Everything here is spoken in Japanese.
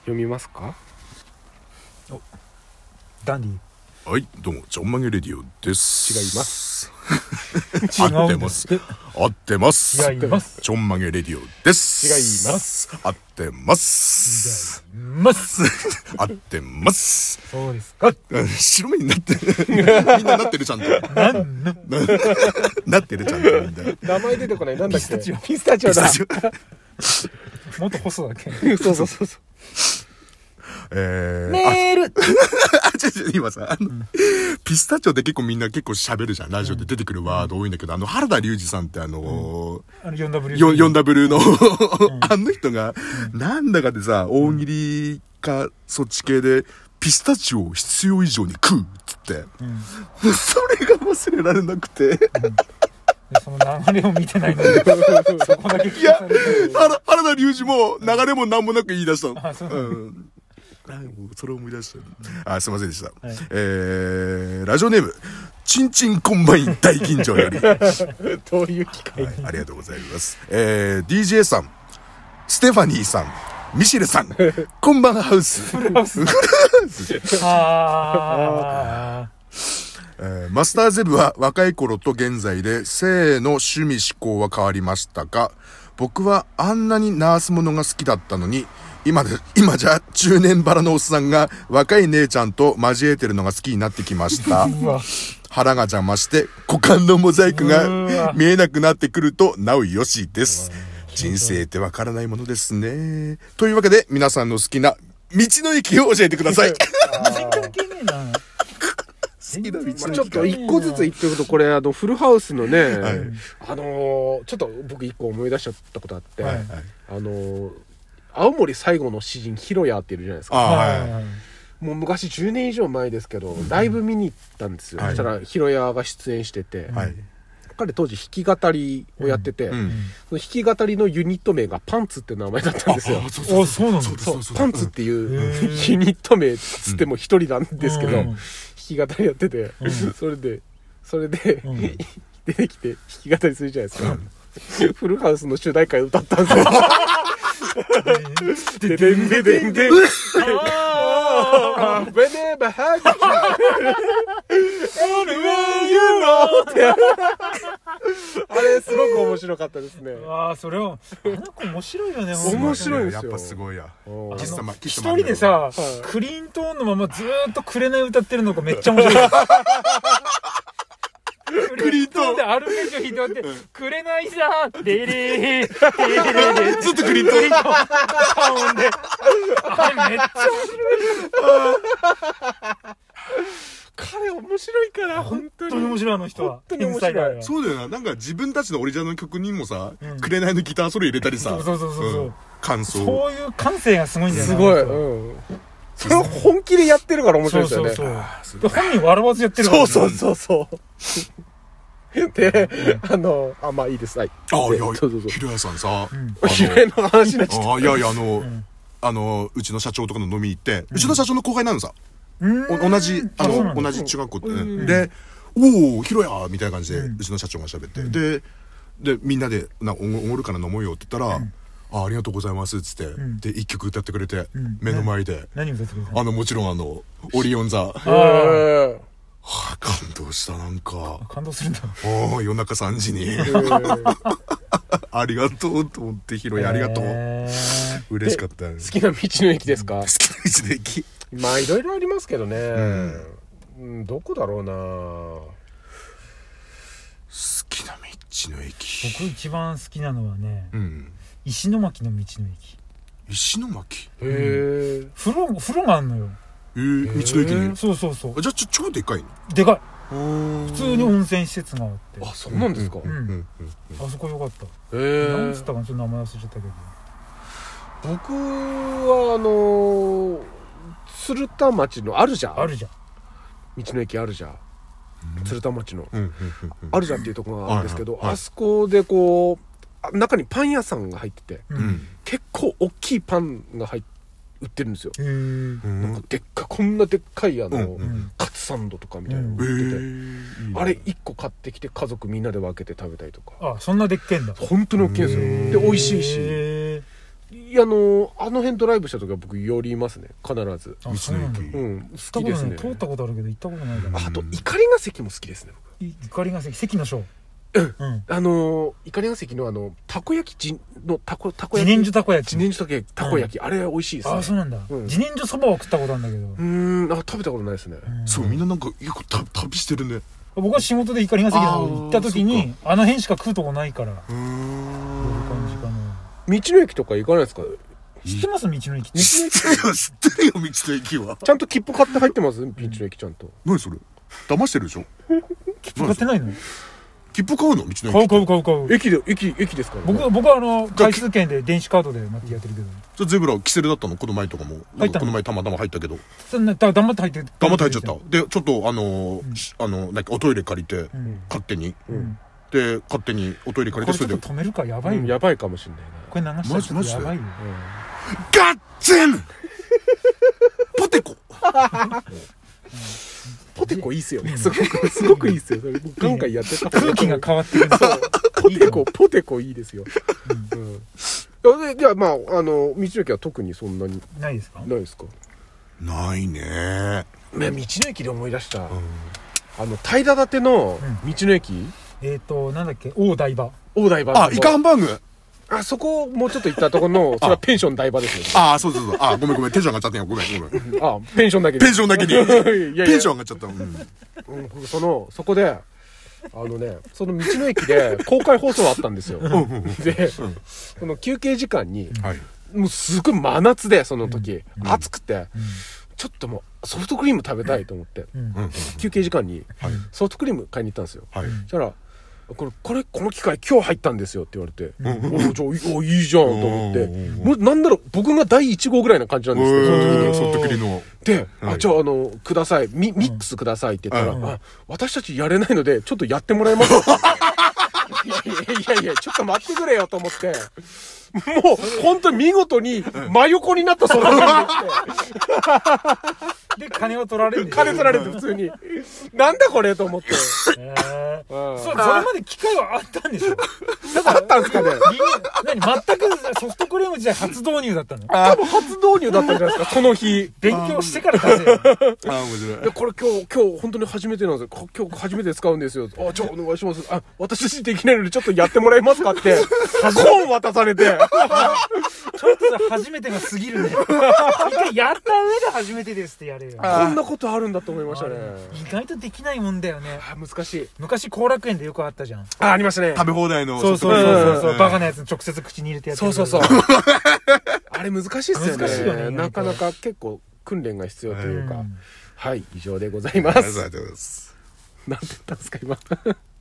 読みますか？ おダンディ。 はい、どうもちょんまげレディオです。 違います。 合ってます。合ってます。 違います。 ちょんまげレディオです。 違います。 合ってます。 違います。 合ってます。 そうですか。 白目になってみんななってるちゃんと。なってるちゃんとみんな。 名前出てこない。なんだっけ？ ピスタチオだ。 ピスタチオもっと細だっけ。 そう。 メール。 今さ、ピスタチオで結構みんな結構喋るじゃん。ラジオで出てくるワード多いんだけど、原田龍二さんって4W のあの人がなんだかでさ、大喜利かそっち系でピスタチオを必要以上に食うっつって、それが忘れられなくて、 その流れを見てないのでそこだけ聞かされてる。 原田龍二も流れも何もなく言い出したの。それを思い出した。すいませんでした。 はい、 ラジオネームチンチンコンバイン大吟醸よりどういう機会？ ありがとうございます。DJ さん、ステファニーさん、ミシルさん、こんばんハウス。マスターゼブは若い頃と現在で性の趣味嗜好は変わりましたが、僕はあんなにナースものが好きだったのに、今じゃ中年バラのおっさんが若い姉ちゃんと交えてるのが好きになってきました。腹が邪魔して股間のモザイクが見えなくなってくるとなおよしです。人生ってわからないものですね。というわけで皆さんの好きな道の駅を教えてください。 ちょっと一個ずつ言っておくと、これフルハウスのね、はい、ちょっと僕一個思い出しちゃったことあって、はい、青森最後の詩人ヒロヤっているじゃないですか。もう昔10年以上前ですけど、ライブ見に行ったんですよ。そしたらヒロヤが出演してて、彼当時弾き語りをやってて、その弾き語りのユニット名がパンツって名前だったんですよ。 そうなんだ。 パンツっていうユニット名っつっても一人なんですけど、弾き語りやってて、それで出てきて弾き語りするじゃないですか。フルハウスの主題歌歌ったんですよ。ででんででんでん。Whenever had you anywhere you know って。あれすごく面白かったですね。 それをあの子面白いよね。 面白いですよ。 やっぱすごいや。 一人でさ、クリーントーンのままずーっと紅歌ってるのがめっちゃ面白い。クリーントーンでアルペジオ弾いてあって、くれないさーデレーデレーずっとクリーントーンタウンで、あれめっちゃ面白い。 彼面白いから本当に面白い。あの人は本当に面白い。 そうだよな。なんか自分たちのオリジナルの曲にもさ、紅のギターソロ入れたりさ、感想、 そういう感性がすごいんだよね。 すごい。それを本気でやってるから面白いですよね。 そう本人笑わずやってるから。 そうで、まあいいです。はい。 いや、ひろやさんさ、 ひろやの話になっちゃった。 いやうちの社長とかの飲みに行って、うちの社長の後輩なのさ。同じ中学校で、おおひろやみたいな感じでうちの社長が喋って、でみんなでおごるから飲もうよって言ったら、ありがとうございますっつって、で一曲歌ってくれて、目の前で、 何歌ってくれた？ もちろんオリオン座。感動した。なんか感動するんだ。 夜中3時にありがとうと思って、ひろやありがとう。嬉しかった。 好きな道の駅ですか？ 好きな道の駅、 まあいろいろありますけどね。どこだろうな。好きな道の駅、 僕一番好きなのはね、石巻の道の駅。石巻。 風呂があんのよ。 道の駅に。 そう。 じゃあ超でかいの？ でかい。普通に温泉施設があって。 そうなんですか。 あそこよかった。何つったかちょっと名前忘れちゃったけど。 僕は鶴田町のあるじゃん。道の駅あるじゃん。鶴田町のあるじゃんっていうところがあるんですけど、あそこでこう中にパン屋さんが入ってて、結構大きいパンが売ってるんですよ。なんかこんなでっかいカツサンドとかみたいなの売ってて、あれ1個買ってきて家族みんなで分けて食べたりとか。 そんなでっけえんだ。 本当に大きいんですよ。で美味しいし、 いやあの辺ドライブした時は僕寄りますね必ず。 あ、そうなんだ。 好きですね。 通ったことあるけど行ったことないから。 あと怒りが関も好きですね。 怒りが関の章。 怒りが関のたこ焼きのたこ焼き。 自然薯たこ焼き。 自然薯たこ焼き、あれ美味しいですね。 あ、そうなんだ。自然薯そばは食ったことあるんだけど。 食べたことないですね。 そうみんななんか結構旅してるね。 僕は仕事で怒りが関の行った時にあの辺しか食うとこないから。どういう感じかな。 道の駅とか行かないですか？ 知ってます？道の駅。 知ってるよ道の駅は。 ちゃんと切符買って入ってます？道の駅ちゃんと。 何それ？騙してるでしょ？ 切符買ってないの？ 切符買うの？道の駅。 買う。 駅ですからね。 僕は回数券で電子カードで待ってやってるけど。 じゃゼブラキセルだったの？この前とかも。この前たまたま入ったけど。 そんな黙って入っちゃった。でちょっとなんかおトイレ借りて勝手に。で勝手におトイレ借りてそれで止めるかやばいよ。 やばいかもしれないな。 これ流しちゃうとやばいよ。 ガッツンポテコポテコいいっすよね。すごくいいっすよ。ガンガンやってた。 空気が変わってくる。 ポテコいいですよ。じゃあまあ道の駅は特にそんなにないですか？ ないね。 道の駅で思い出した。平田建ての道の駅。 なんだっけ？大台場。 あ、イカハンバーグ。 あそこもうちょっと行ったところのそれはペンション台場ですよね。 あ、そう。あ、ごめんテンション上がっちゃったよ。ごめん。 あ、ペンションだけにテンション上がっちゃった。 僕そこでその道の駅で公開放送あったんですよ。で、その休憩時間にもうすごい真夏でその時暑くてちょっともうソフトクリーム食べたいと思って休憩時間にソフトクリーム買いに行ったんですよ。そしたらこの機械今日入ったんですよって言われて、じゃあいいじゃんと思って、もうなんだろう僕が第1号ぐらいな感じなんですけど、その時にソフトクリので、じゃあくださいミックスくださいって言ったら、私たちやれないのでちょっとやってもらえますか？いやちょっと待ってくれよと思って。もう本当に見事に真横になったその時にで金を取られる。 金取られて普通になんだこれと思って。 それまで機会はあったんでしょ？ あったんですかね。 全くソフトクリーム自体初導入だったの？ 多分初導入だったんじゃないですかその日。 勉強してから出せよ。 面白い。これ今日本当に初めてなんですよ。今日初めて使うんですよ。お願いします。私たちできないのでちょっとやってもらえますかって本渡されて。 ちょっと初めてが過ぎるね。一回やった上で初めてですってやれよ。 こんなことあるんだと思いましたね。 意外とできないもんだよね。 難しい。 昔後楽園でよくあったじゃん。 ありましたね。 食べ放題の。 そうバカなやつ直接口に入れてやって。 そうあれ難しいっすよね。難しいよね。なかなか結構訓練が必要というか。はい、以上でございます。 ありがとうございます。 なんて言ったんですか今。